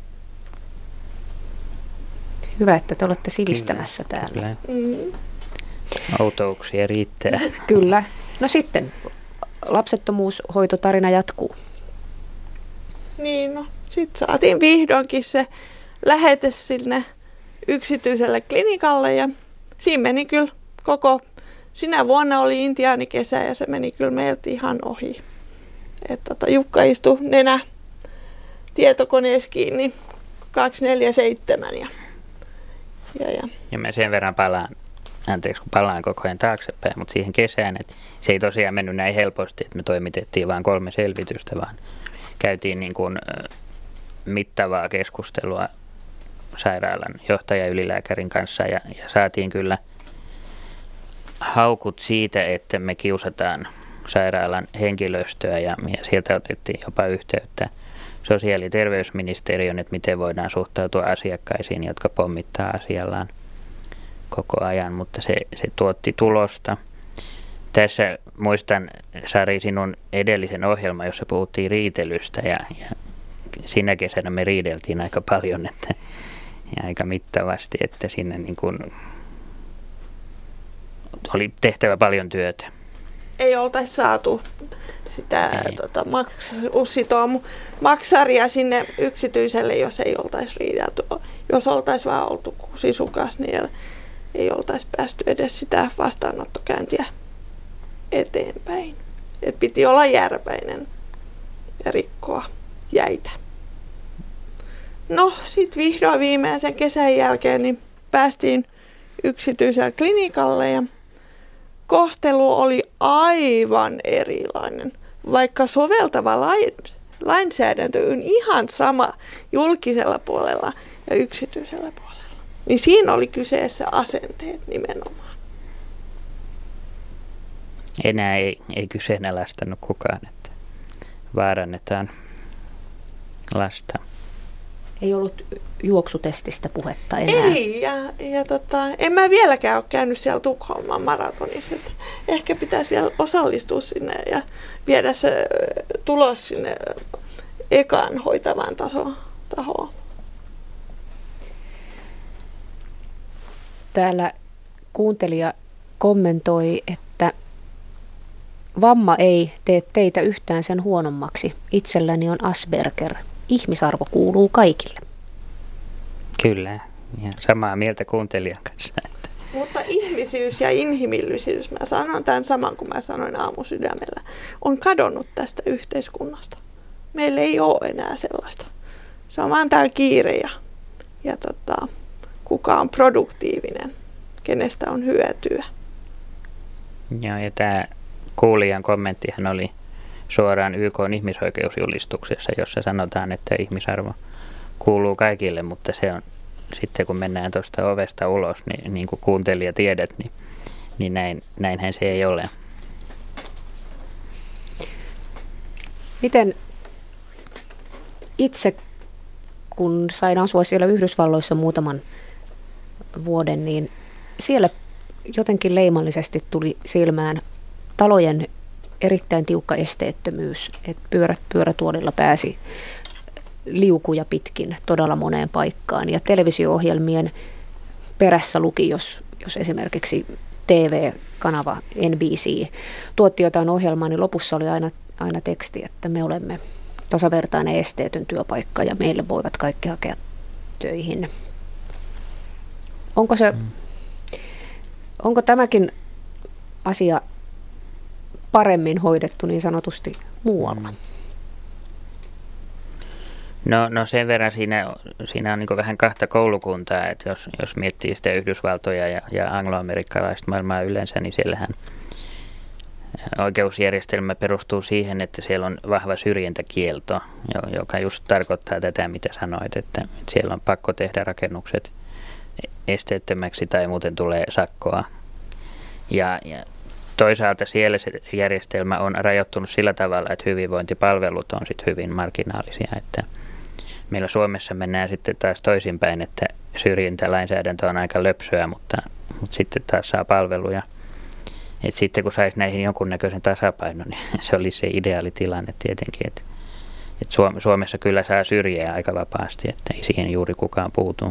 Hyvä, että te olette sivistämässä kyllä, täällä. Kyllä. Mm. Outouksia riittää. Kyllä. No sitten lapsettomuushoitotarina jatkuu. Niin, no sitten saatiin vihdoinkin se lähete sinne yksityiselle klinikalle ja siinä meni kyllä koko, sinä vuonna oli intiaanikesä ja se meni kyllä meiltä ihan ohi. Et tota, Jukka istui nenä tietokoneessa kiinni kaksikymmentäneljä seitsemän ja, ja, ja. ja mä sen verran palaan, anteeksi kun palaan koko ajan taaksepäin, mutta siihen kesään, että se ei tosiaan mennyt näin helposti, että me toimitettiin vain kolme selvitystä, vaan käytiin niin kuin mittavaa keskustelua sairaalan johtajaylilääkärin kanssa ja, ja saatiin kyllä haukut siitä, että me kiusataan sairaalan henkilöstöä ja, ja sieltä otettiin jopa yhteyttä sosiaali- ja terveysministeriön, että miten voidaan suhtautua asiakkaisiin, jotka pommittaa asiallaan koko ajan, mutta se, se tuotti tulosta. Tässä muistan, Sari, sinun edellisen ohjelman, jossa puhuttiin riitelystä ja, ja sinä kesänä me riideltiin aika paljon että, ja aika mittavasti, että sinne niin kuin oli tehtävä paljon työtä. Ei oltaisi saatu sitä tota, maks, maksaria sinne yksityiselle, jos ei oltaisi riidelty. Jos oltaisiin vaan oltu sisukas, niin ei oltaisi päästy edes sitä vastaanottokäyntiä eteenpäin. Et piti olla järpäinen ja rikkoa jäitä. No, sitten vihdoin viimeisen kesän jälkeen niin päästiin yksityiselle klinikalle ja kohtelu oli aivan erilainen, vaikka soveltava lain, lainsäädäntö on ihan sama julkisella puolella ja yksityisellä puolella. Niin siinä oli kyseessä asenteet nimenomaan. Enää ei, ei kyseenalaistanut kukaan, että vaarannetaan lasta. Ei ollut juoksutestistä puhetta enää. Ei, ja, ja tota, en mä vieläkään ole käynyt siellä Tukholman maratonissa. Että ehkä pitäisi vielä osallistua sinne ja viedä se tulos sinne ekaan hoitavaan taso, tahoon. Täällä kuuntelija kommentoi, että vamma ei tee teitä yhtään sen huonommaksi. Itselläni on Asperger. Ihmisarvo kuuluu kaikille. Kyllä, ja samaa mieltä kuuntelijan kanssa. Mutta ihmisyys ja inhimillisyys, mä sanon tämän saman kuin mä sanoin aamusydämellä, on kadonnut tästä yhteiskunnasta. Meillä ei ole enää sellaista. Se on vaan tää kiire ja, ja tota, kuka on produktiivinen, kenestä on hyötyä. Joo, ja tämä kuulijan kommenttihan oli suoraan Y K:n ihmisoikeusjulistuksessa, jossa sanotaan, että ihmisarvo kuuluu kaikille, mutta se on sitten kun mennään tuosta ovesta ulos, niin, niin kuin kuuntelija tiedät, niin, niin näin, näinhän se ei ole. Miten itse, kun sain asua siellä Yhdysvalloissa muutaman vuoden, niin siellä jotenkin leimallisesti tuli silmään talojen erittäin tiukka esteettömyys, että pyörät pyörätuolilla pääsi liukuja pitkin todella moneen paikkaan. Ja televisio-ohjelmien perässä luki, jos, jos esimerkiksi T V-kanava N B C tuotti jotain ohjelmaa, niin lopussa oli aina, aina teksti, että me olemme tasavertainen esteetön työpaikka ja meille voivat kaikki hakea töihin. Onko se, mm. onko tämäkin asia paremmin hoidettu niin sanotusti muualla? No, no sen verran siinä, siinä on niin vähän kahta koulukuntaa, että jos, jos miettii sitä Yhdysvaltoja ja, ja angloamerikkalaista maailmaa yleensä, niin siellähän oikeusjärjestelmä perustuu siihen, että siellä on vahva syrjintäkielto, joka just tarkoittaa tätä, mitä sanoit, että, että siellä on pakko tehdä rakennukset esteettömäksi tai muuten tulee sakkoa. Ja, ja toisaalta siellä se järjestelmä on rajoittunut sillä tavalla, että hyvinvointipalvelut on sitten hyvin marginaalisia, että meillä Suomessa mennään sitten taas toisinpäin, että syrjintälainsäädäntö on aika löpsöä, mutta, mutta sitten taas saa palveluja. Et sitten kun saisi näihin jonkunnäköisen tasapainon, niin se olisi se ideaali tilanne tietenkin. Että et Suomessa kyllä saa syrjiä aika vapaasti, että ei siihen juuri kukaan puutu.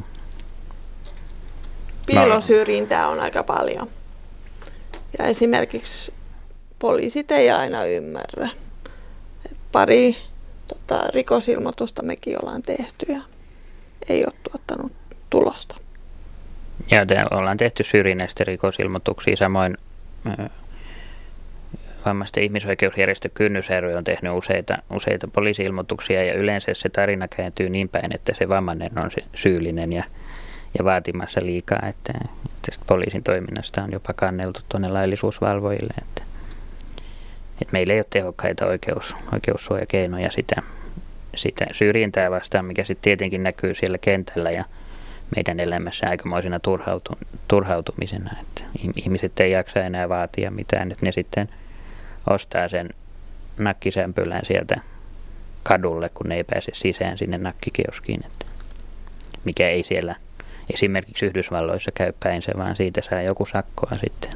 Piilosyrjintää on aika paljon. Ja esimerkiksi poliisit ei aina ymmärrä. Et pari tota, rikosilmoitusta mekin ollaan tehty ja ei ole tuottanut tulosta. Ja te ollaan tehty syrjinnäistä rikosilmoituksia. Samoin äh, vammaisten ihmisoikeusjärjestö Kynnys ry on tehnyt useita, useita poliisi-ilmoituksia ja yleensä se tarina kääntyy niin päin, että se vammainen on se syyllinen ja, ja vaatimassa liikaa, että, että poliisin toiminnasta on jopa kanneltu tuonne laillisuusvalvojille. Että, että meillä ei ole tehokkaita oikeus, oikeussuojakeinoja sitä, sitä syrjintää vastaan, mikä sitten tietenkin näkyy siellä kentällä ja meidän elämässä aikamoisena turhautu, turhautumisena, että ihmiset ei jaksa enää vaatia mitään, että ne sitten ostaa sen nakkisämpylän sieltä kadulle, kun ne ei pääse sisään sinne nakkikioskiin, että mikä ei siellä esimerkiksi Yhdysvalloissa käy päin se, vaan siitä saa joku sakkoa sitten.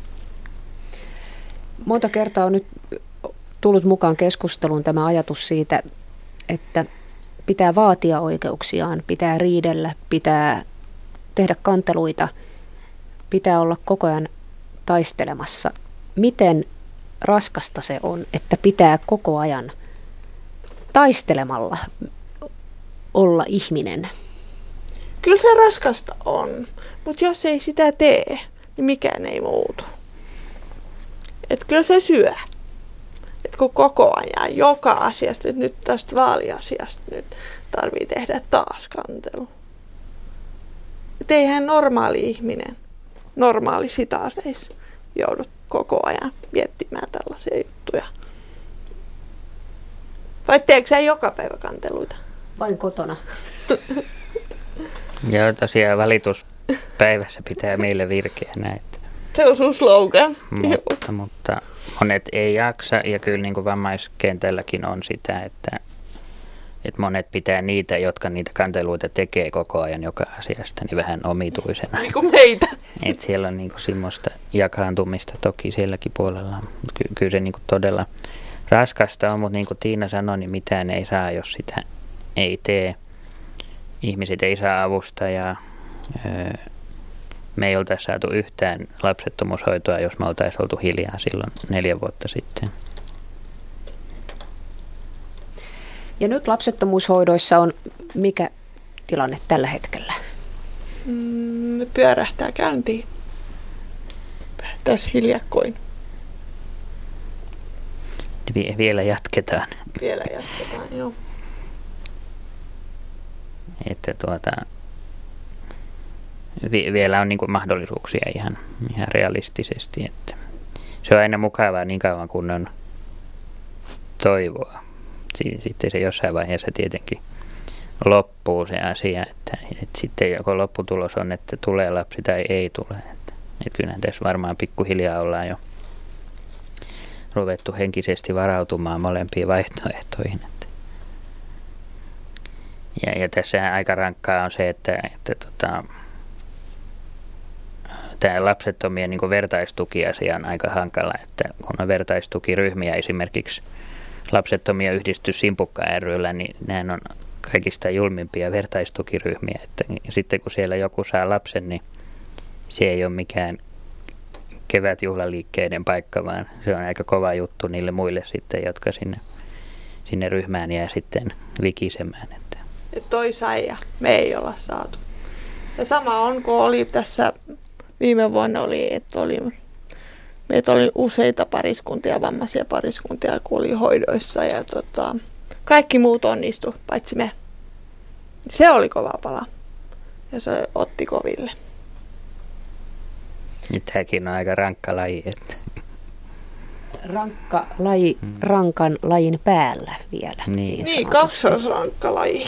Monta kertaa on nyt tullut mukaan keskusteluun tämä ajatus siitä, että pitää vaatia oikeuksiaan, pitää riidellä, pitää tehdä kanteluita, pitää olla koko ajan taistelemassa. Miten raskasta se on, että pitää koko ajan taistelemalla olla ihminen? Kyllä se raskasta on, mutta jos ei sitä tee, niin mikään ei muutu. Et kyllä se syö. Et kun koko ajan joka asiasta, nyt tästä vaaliasiasta nyt tarvii tehdä taas kantelu. Et eihän normaali ihminen, normaali sitaateissa, joudut koko ajan miettimään tällaisia juttuja. Vai teekö sä joka päivä kanteluita? Vain kotona. Joo, tosiaan valituspäivässä pitää meille virkeänä. Että se on sun slogan. Mutta, mutta monet ei jaksa ja kyllä niin kuin vammaiskentälläkin on sitä, että, että monet pitää niitä, jotka niitä kanteluita tekee koko ajan joka asiasta, niin vähän omituisena. Niin kuin meitä. Että siellä on niin kuin semmoista jakaantumista toki sielläkin puolella. Ky- kyllä se niin kuin todella raskasta on, mutta niin kuin Tiina sanoi, niin mitään ei saa, jos sitä ei tee. Ihmiset ei saa avustajaa. Me ei oltaisi saatu yhtään lapsettomuushoitoa, jos me oltaisiin oltu hiljaa silloin neljä vuotta sitten. Ja nyt lapsettomuushoidoissa on mikä tilanne tällä hetkellä? Mm, pyörähtää käyntiin. Tässä hiljakkoin. Vie- vielä jatketaan. Vielä jatketaan, joo. Että tuota, vi- vielä on niin kuin mahdollisuuksia ihan, ihan realistisesti. Että se on aina mukavaa niin kauan kun on toivoa. Sitten se jossain vaiheessa tietenkin loppuu se asia, että, että sitten joko lopputulos on, että tulee lapsi tai ei tule. Että, että kyllähän tässä varmaan pikkuhiljaa ollaan jo ruvettu henkisesti varautumaan molempiin vaihtoehtoihin. Että. Ja, ja tässä aika rankkaa on se, että, että tota, tämä lapsettomien niin kuin vertaistukiasia on aika hankala, että kun on vertaistukiryhmiä esimerkiksi lapsettomia yhdistys Simpukka ry:llä, niin nämä on kaikista julmimpia vertaistukiryhmiä. Että sitten kun siellä joku saa lapsen, niin se ei ole mikään kevätjuhlaliikkeiden paikka, vaan se on aika kova juttu niille muille sitten, jotka sinne, sinne ryhmään jää sitten vikisemään. Että. Et toi sai ja me ei olla saatu. Ja sama on, kun oli tässä viime vuonna, oli, että oli, meitä oli useita pariskuntia, vammaisia pariskuntia, kun oli hoidoissa ja tota, kaikki muut onnistu, paitsi me. Se oli kova pala ja se otti koville. Tämäkin on aika rankka laji. Että. Rankka laji, hmm. rankan lajin päällä vielä. Niin, niin kaksoisrankka laji.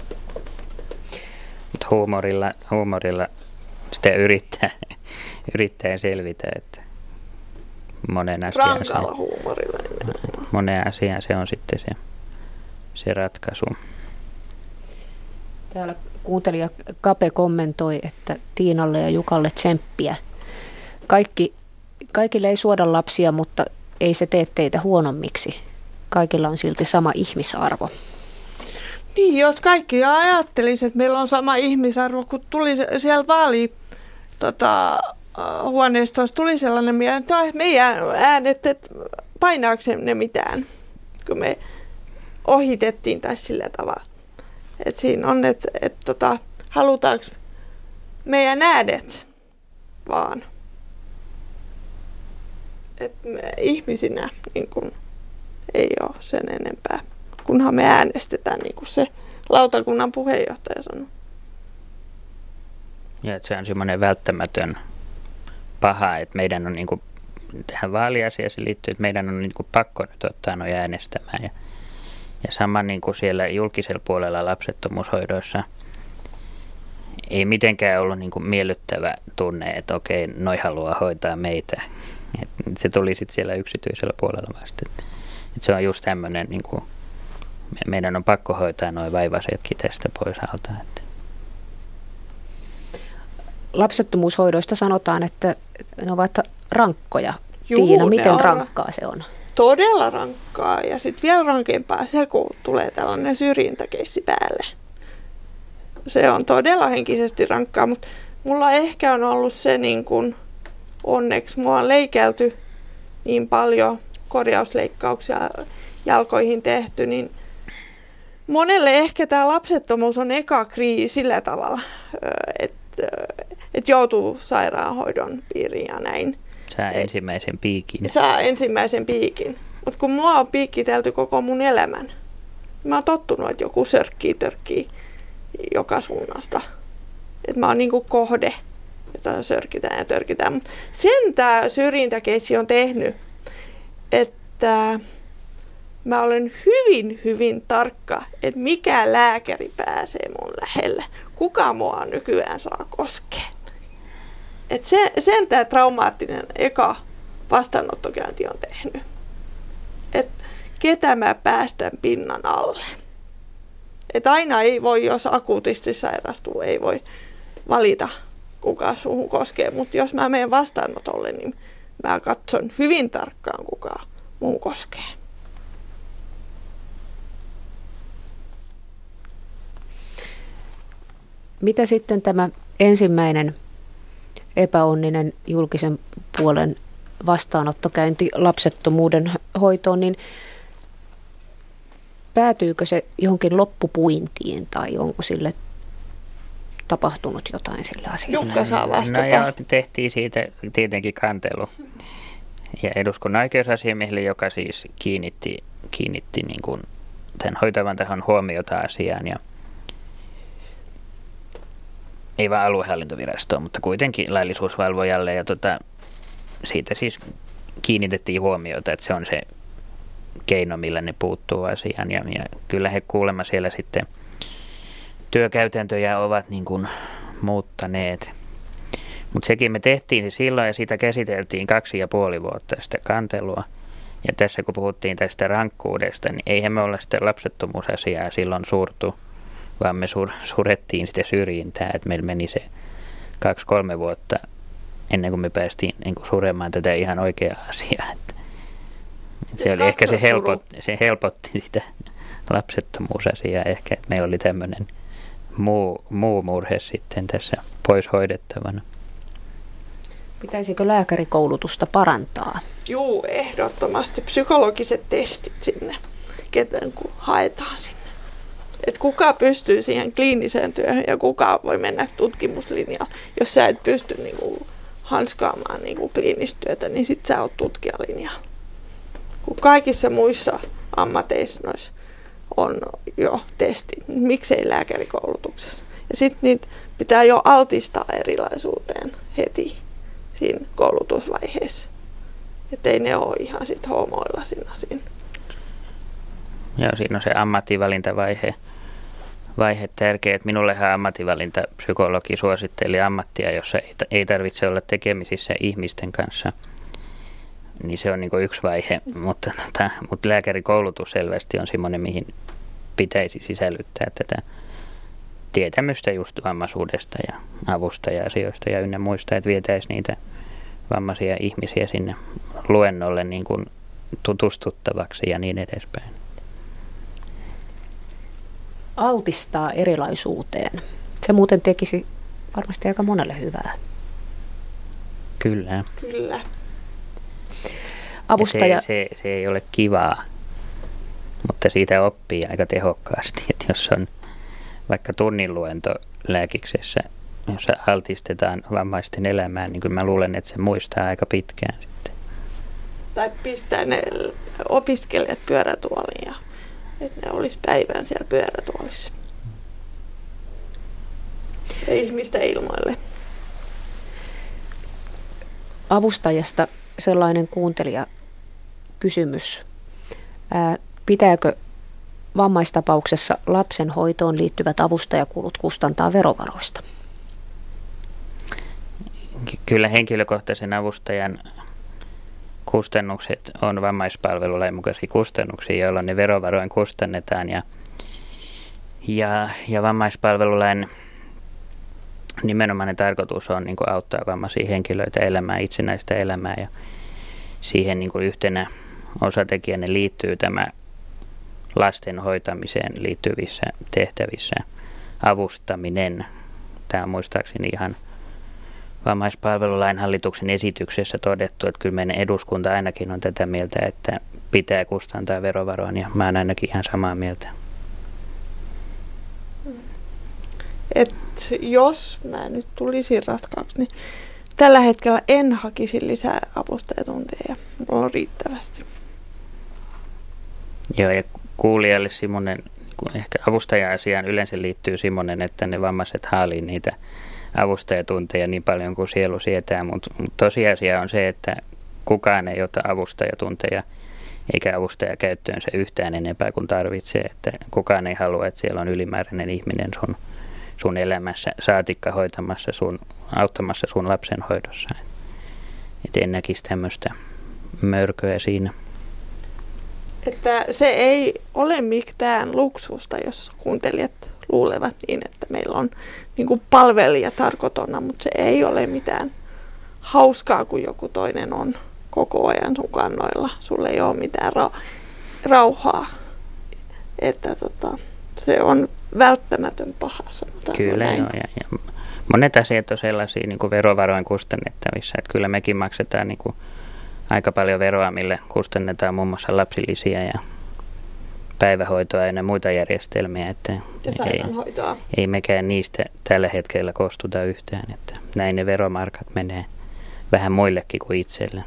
Mutta huumorilla, huumorilla sitä yrittää, yrittää selvitä, että monen asian, rankalla huumorilla nimenomaan. Monen asian se on sitten se, se ratkaisu. Täällä kuuntelija Kape kommentoi, että Tiinalle ja Jukalle tsemppiä. Kaikki, kaikille ei suoda lapsia, mutta ei se tee teitä huonommiksi. Kaikilla on silti sama ihmisarvo. Niin, jos kaikki ajattelisi, että meillä on sama ihmisarvo, kun tuli siellä vaali tota, huoneistossa tuli sellainen mieleen, että meidän äänet, että painaako ne mitään, kun me ohitettiin tässä sillä tavalla. Että siinä on, että et, tota, halutaanko meidän äänet vaan. Että me ihmisinä niin kun, ei ole sen enempää, kunhan me äänestetään, niin kuin se lautakunnan puheenjohtaja sanoi. Ja että se on semmoinen välttämätön paha, että meidän on niin kuin, tähän vaaliasiaan liittyy, että meidän on niin kuin pakko nyt ottaa noja äänestämään. Ja, ja sama niin kuin siellä julkisella puolella lapsettomuushoidoissa ei mitenkään ollut niin kuin miellyttävä tunne, että okei, noi haluaa hoitaa meitä. Et se tuli sitten siellä yksityisellä puolella vasta. Et se on just tämmöinen, niin kuin, meidän on pakko hoitaa noi vaivaisetkin tästä pois alta. Että. Lapsettomuushoidoista sanotaan, että ne ovat rankkoja. Juu, Tiina, miten on rankkaa se on? Todella rankkaa ja sitten vielä rankempaa se, kun tulee tällainen syrjintäkeissi päälle. Se on todella henkisesti rankkaa, mutta mulla ehkä on ollut se niin kuin, onneksi mua on leikelty niin paljon, korjausleikkauksia jalkoihin tehty, niin monelle ehkä tämä lapsettomuus on eka kriisi sillä tavalla, että et joutuu sairaanhoidon piiriin ja näin. Saa ensimmäisen piikin. Saa ensimmäisen piikin. Mutta kun mua on piikkitelty koko mun elämän, mä oon tottunut, että joku sörkkii, törkkii joka suunnasta. Että mä oon niinku kohde, jota sörkitään ja törkitään. Mut sen tää syrjintäkeissi on tehnyt, että mä olen hyvin, hyvin tarkka, että mikä lääkäri pääsee mun lähelle. Kuka mua nykyään saa koskea. Et sen, sen tämä traumaattinen eka vastaanottokäynti on tehnyt. Että ketä mä päästän pinnan alle. Et aina ei voi, jos akuutisti sairastuu, ei voi valita, kuka suhun koskee. Mutta jos mä menen vastaanotolle, niin mä katson hyvin tarkkaan, kuka mun koskee. Mitä sitten tämä ensimmäinen epäonninen julkisen puolen vastaanottokäynti lapsettomuuden hoitoon, niin päätyykö se johonkin loppupuintiin tai onko sille tapahtunut jotain sille asialle? Jukka saa vastata. No joo, tehtiin siitä tietenkin kantelu. Ja eduskunnan oikeusasiamiehelle, joka siis kiinnitti, kiinnitti niin kuin tämän hoitavan tahon huomiota asiaan ja ei vain aluehallintovirastoon, mutta kuitenkin laillisuusvalvojalle ja tota, siitä siis kiinnitettiin huomiota, että se on se keino, millä ne puuttuu asiaan ja, ja kyllä he kuulemma siellä sitten työkäytäntöjä ovat niin kuin muuttaneet. Mutta sekin me tehtiin silloin ja siitä käsiteltiin kaksi ja puoli vuotta sitä kantelua. Ja tässä kun puhuttiin tästä rankkuudesta, niin eihän me olla sitä lapsettomuusasiaa silloin surtu, vaan me sur, surettiin sitä syrjintää, että meillä meni se kaksi-kolme vuotta ennen kuin me päästiin niin kuin suremaan tätä ihan oikeaa asiaa. Että, että se oli ehkä se, helpot, se helpotti sitä lapsettomuusasiaa ehkä, että meillä oli tämmöinen muu, muu murhe sitten tässä pois hoidettavana. Pitäisikö lääkärikoulutusta parantaa? Juu, ehdottomasti. Psykologiset testit sinne, ketään kun haetaan sinne. Et kuka pystyy siihen kliiniseen työhön ja kuka voi mennä tutkimuslinjalle. Jos sä et pysty niinku hanskaamaan niinku kliinistä työtä, niin sit sä oot tutkijalinjalla. Kun kaikissa muissa ammateissa noissa on jo testit, miksei lääkärikoulutuksessa. Ja sitten niitä pitää jo altistaa erilaisuuteen heti siinä koulutusvaiheessa. Että ei ne ole ihan sit homoilla siinä. siinä. Joo, siinä on se ammattivalintavaihe vaihe tärkeä. Että minullehan ammattivalintapsykologi suositteli ammattia, jossa ei tarvitse olla tekemisissä ihmisten kanssa. Niin se on niin kuin yksi vaihe, mutta, tota, mutta lääkärikoulutus selvästi on semmoinen, mihin pitäisi sisällyttää tätä tietämystä just vammaisuudesta ja avusta ja asioista ja ynnä muista, että vietäisiin niitä vammaisia ihmisiä sinne luennolle niin kuin tutustuttavaksi ja niin edespäin. Altistaa erilaisuuteen. Se muuten tekisi varmasti aika monelle hyvää. Kyllä. Kyllä. Avustaja... Se, se, se ei ole kivaa, mutta siitä oppii aika tehokkaasti. Että jos on vaikka tunnin luento lääkiksessä, jossa altistetaan vammaisten elämään, niin kyllä mä luulen, että se muistaa aika pitkään sitten. Tai pistää ne opiskelijat pyörätuoliin ja että ne olisi päivän siellä pyörätuolissa. Ja ihmistä ilmoille. Avustajasta sellainen kuuntelija kysymys. Ää, pitääkö vammaistapauksessa lapsen hoitoon liittyvät avustajakulut kustantaa verovaroista? Kyllä henkilökohtaisen avustajan kustannukset on vammaispalvelulain mukaisia kustannuksia, joilla ne verovaroin kustannetaan. Ja, ja, ja vammaispalvelulain nimenomainen tarkoitus on niin kuin auttaa vammaisia henkilöitä elämään, itsenäistä elämää. Ja siihen niin kuin yhtenä osatekijänä liittyy tämä lasten hoitamiseen liittyvissä tehtävissä avustaminen. Tämä on muistaakseni ihan vammaispalvelulain hallituksen esityksessä todettu, että kyllä meidän eduskunta ainakin on tätä mieltä, että pitää kustantaa verovaroin, ja mä oon ainakin ihan samaa mieltä. Et jos mä nyt tulisin raskaaksi, niin tällä hetkellä en hakisi lisää avustajatunteja. Mulla on riittävästi. Joo, ja kuulijalle Simonen, ehkä avustaja-asiaan yleensä liittyy Simonen, että ne vammaiset haalii niitä avustajatunteja niin paljon kuin sielu sietää, mutta mut tosiasia on se, että kukaan ei ota avustajatunteja eikä avustajaa käyttöönsä yhtään enempää kuin tarvitsee, että kukaan ei halua, että siellä on ylimääräinen ihminen sun, sun elämässä, saatikka hoitamassa sun, auttamassa sun lapsen hoidossa. Et en näkisi tämmöistä mörköä siinä. Että se ei ole mitään luksusta, jos kuuntelijat luulevat niin, että meillä on niin kuin palvelija tarkoitona, mutta se ei ole mitään hauskaa, kun joku toinen on koko ajan sun kannoilla. Sulla ei ole mitään ra- rauhaa. Että tota, se on välttämätön paha, sanotaan. Kyllä joo, ja, ja monet asiat on sellaisia niin kuin verovaroin kustannettavissa, että kyllä mekin maksetaan niin kuin aika paljon veroa, millä kustannetaan muun muassa lapsilisiä ja päivähoitoa ja muita järjestelmiä, että ja sairaanhoitoa. Ei, ei mekään niistä tällä hetkellä kostuta yhtään, että näin ne veromarkat menee vähän muillekin kuin itselle.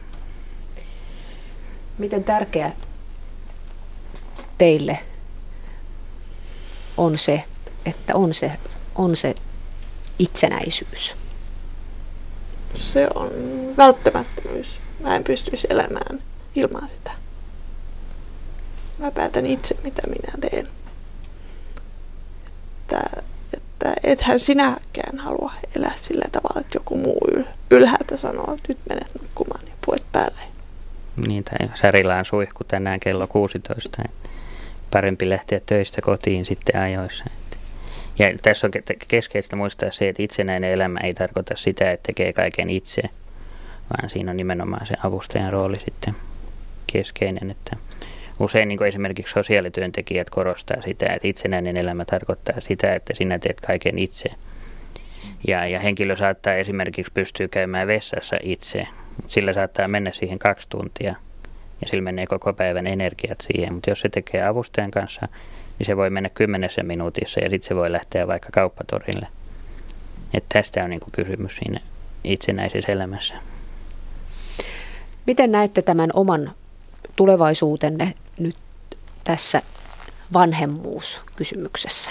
Miten tärkeä teille on se, että on se, on se itsenäisyys? Se on välttämättömyys. Mä en pystyisi elämään ilman sitä. Mä päätän itse, mitä minä teen. Että, että ethän sinäkään halua elää sillä tavalla, että joku muu ylhäältä sanoo, että nyt menet nukkumaan ja puet päälle. Niin, tai Sarilla on suihku tänään kello kuusitoista. Parempi lähteä töistä kotiin sitten ajoissa. Ja tässä on keskeistä muistaa se, että itsenäinen elämä ei tarkoita sitä, että tekee kaiken itse, vaan siinä on nimenomaan se avustajan rooli sitten keskeinen. Että usein niin kuin esimerkiksi sosiaalityöntekijät korostaa sitä, että itsenäinen elämä tarkoittaa sitä, että sinä teet kaiken itse. Ja, ja henkilö saattaa esimerkiksi pystyä käymään vessassa itse, sillä saattaa mennä siihen kaksi tuntia ja sillä menee koko päivän energiat siihen. Mutta jos se tekee avustajan kanssa, niin se voi mennä kymmenessä minuutissa ja sitten se voi lähteä vaikka kauppatorille. Että tästä on niin kuin kysymys siinä itsenäisessä elämässä. Miten näette tämän oman tulevaisuutenne nyt tässä vanhemmuuskysymyksessä?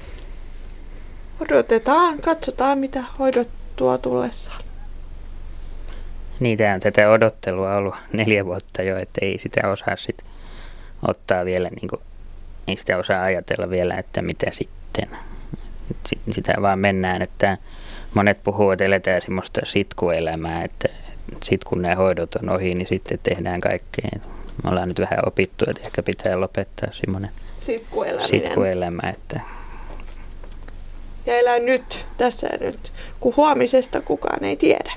Odotetaan, katsotaan mitä hoidot tuo tullessaan. Niin, tämä on tätä odottelua ollut neljä vuotta jo, että ei sitä osaa sit ottaa vielä, niin kuin, ei sitä osaa ajatella vielä, että mitä sitten. Sitä vaan mennään, että monet puhuu, että eletään semmoista sitkuelämää, että sitten kun nämä hoidot on ohi, niin sitten tehdään kaikkea. Me ollaan nyt vähän opittu, että ehkä pitää lopettaa semmoinen sitkueläminen. sitkuelämä, että ja elää nyt, tässä ja nyt, kun huomisesta kukaan ei tiedä.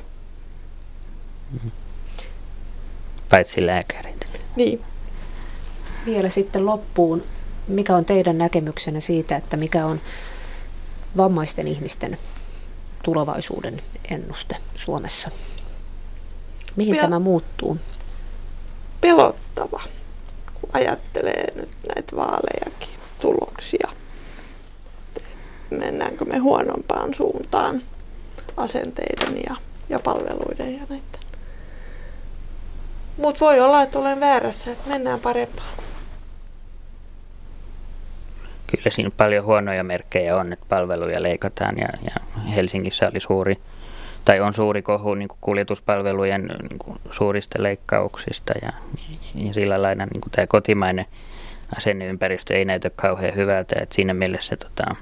Paitsi lääkärit. Niin. Vielä sitten loppuun, mikä on teidän näkemyksenne siitä, että mikä on vammaisten ihmisten tulevaisuuden ennuste Suomessa? Mihin Pel- tämä muuttuu? Pelottava, kun ajattelee nyt näitä vaalejakin tuloksia. Mennäänkö me huonompaan suuntaan asenteiden ja, ja palveluiden ja näiden. Mutta voi olla, että olen väärässä, että mennään parempaan. Kyllä siinä paljon huonoja merkkejä on, että palveluja leikataan ja, ja Helsingissä oli suuri, tai on suuri kohu niin kuin kuljetuspalvelujen niin kuin suurista leikkauksista ja, ja sillä lailla niin kuin tämä kotimainen asenneympäristö ei näytä kauhean hyvältä, että siinä mielessä tota,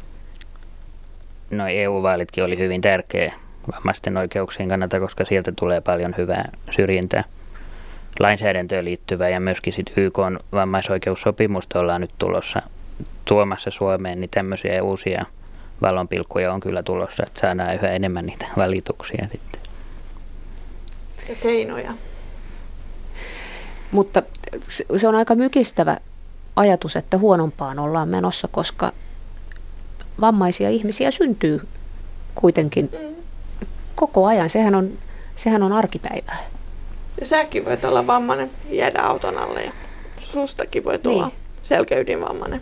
noi E U-vaalitkin oli hyvin tärkeä vammaisten oikeuksien kannalta, koska sieltä tulee paljon hyvää syrjintää lainsäädäntöön liittyvää ja myöskin sit Y K:n vammaisoikeussopimusta ollaan nyt tulossa tuomassa Suomeen, niin tämmöisiä uusia valonpilkkuja on kyllä tulossa, että saadaan yhä enemmän niitä valituksia sitten. Ja keinoja. Mutta se on aika mykistävä ajatus, että huonompaan ollaan menossa, koska vammaisia ihmisiä syntyy kuitenkin mm. koko ajan. Sehän on, sehän on arkipäivää. Ja säkin voit olla vammainen, jäädä auton alle ja sustakin voi tulla niin. selkäydinvammainen.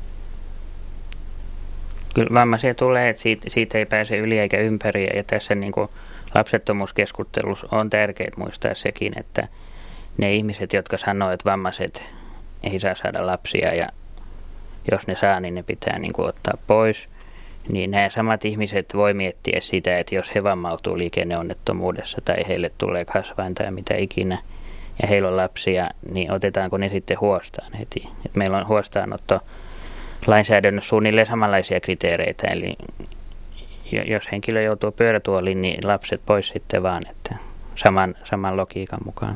Kyllä vammaisia tulee, että siitä, siitä ei pääse yli eikä ympäri. Ja tässä niin kuin lapsettomuuskeskustelussa on tärkeää muistaa sekin, että ne ihmiset, jotka sanoo, että vammaiset ei saa saada lapsia ja jos ne saa, niin ne pitää niin kuin ottaa pois. Niin nämä samat ihmiset voi miettiä sitä, että jos he vammautuu liikenneonnettomuudessa tai heille tulee kasvain tai mitä ikinä ja heillä on lapsia, niin otetaanko ne sitten huostaan heti. Et meillä on huostaanotto lainsäädännössä suunnilleen samanlaisia kriteereitä, eli jos henkilö joutuu pyörätuoliin, niin lapset pois sitten vaan, että saman, saman logiikan mukaan.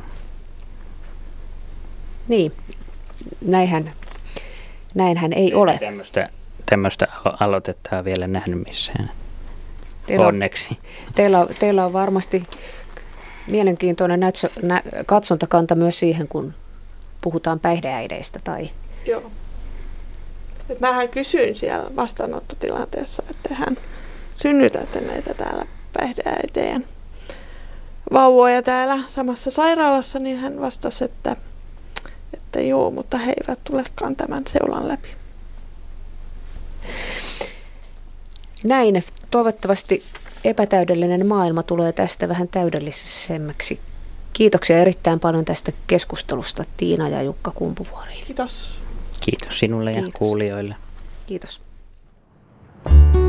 Niin, näinhän, näinhän ei Teillä ole. Tämmöistä, tämmöistä aloitetta on vielä nähnyt missään. Teillä Onneksi. On, teillä, teillä on varmasti mielenkiintoinen nätsö, nä, katsontakanta myös siihen, kun puhutaan päihdeäideistä. Tai... Joo. Et mähän kysyin siellä vastaanottotilanteessa, että hän synnytätte meitä täällä päihdeäitien vauvoja täällä samassa sairaalassa, niin hän vastasi, että, että joo, mutta he eivät tulekaan tämän seulan läpi. Näin. Toivottavasti epätäydellinen maailma tulee tästä vähän täydellisemmäksi. Kiitoksia erittäin paljon tästä keskustelusta, Tiina ja Jukka Kumpuvuori. Kiitos. Kiitos sinulle ja Kiitos. kuulijoille. Kiitos.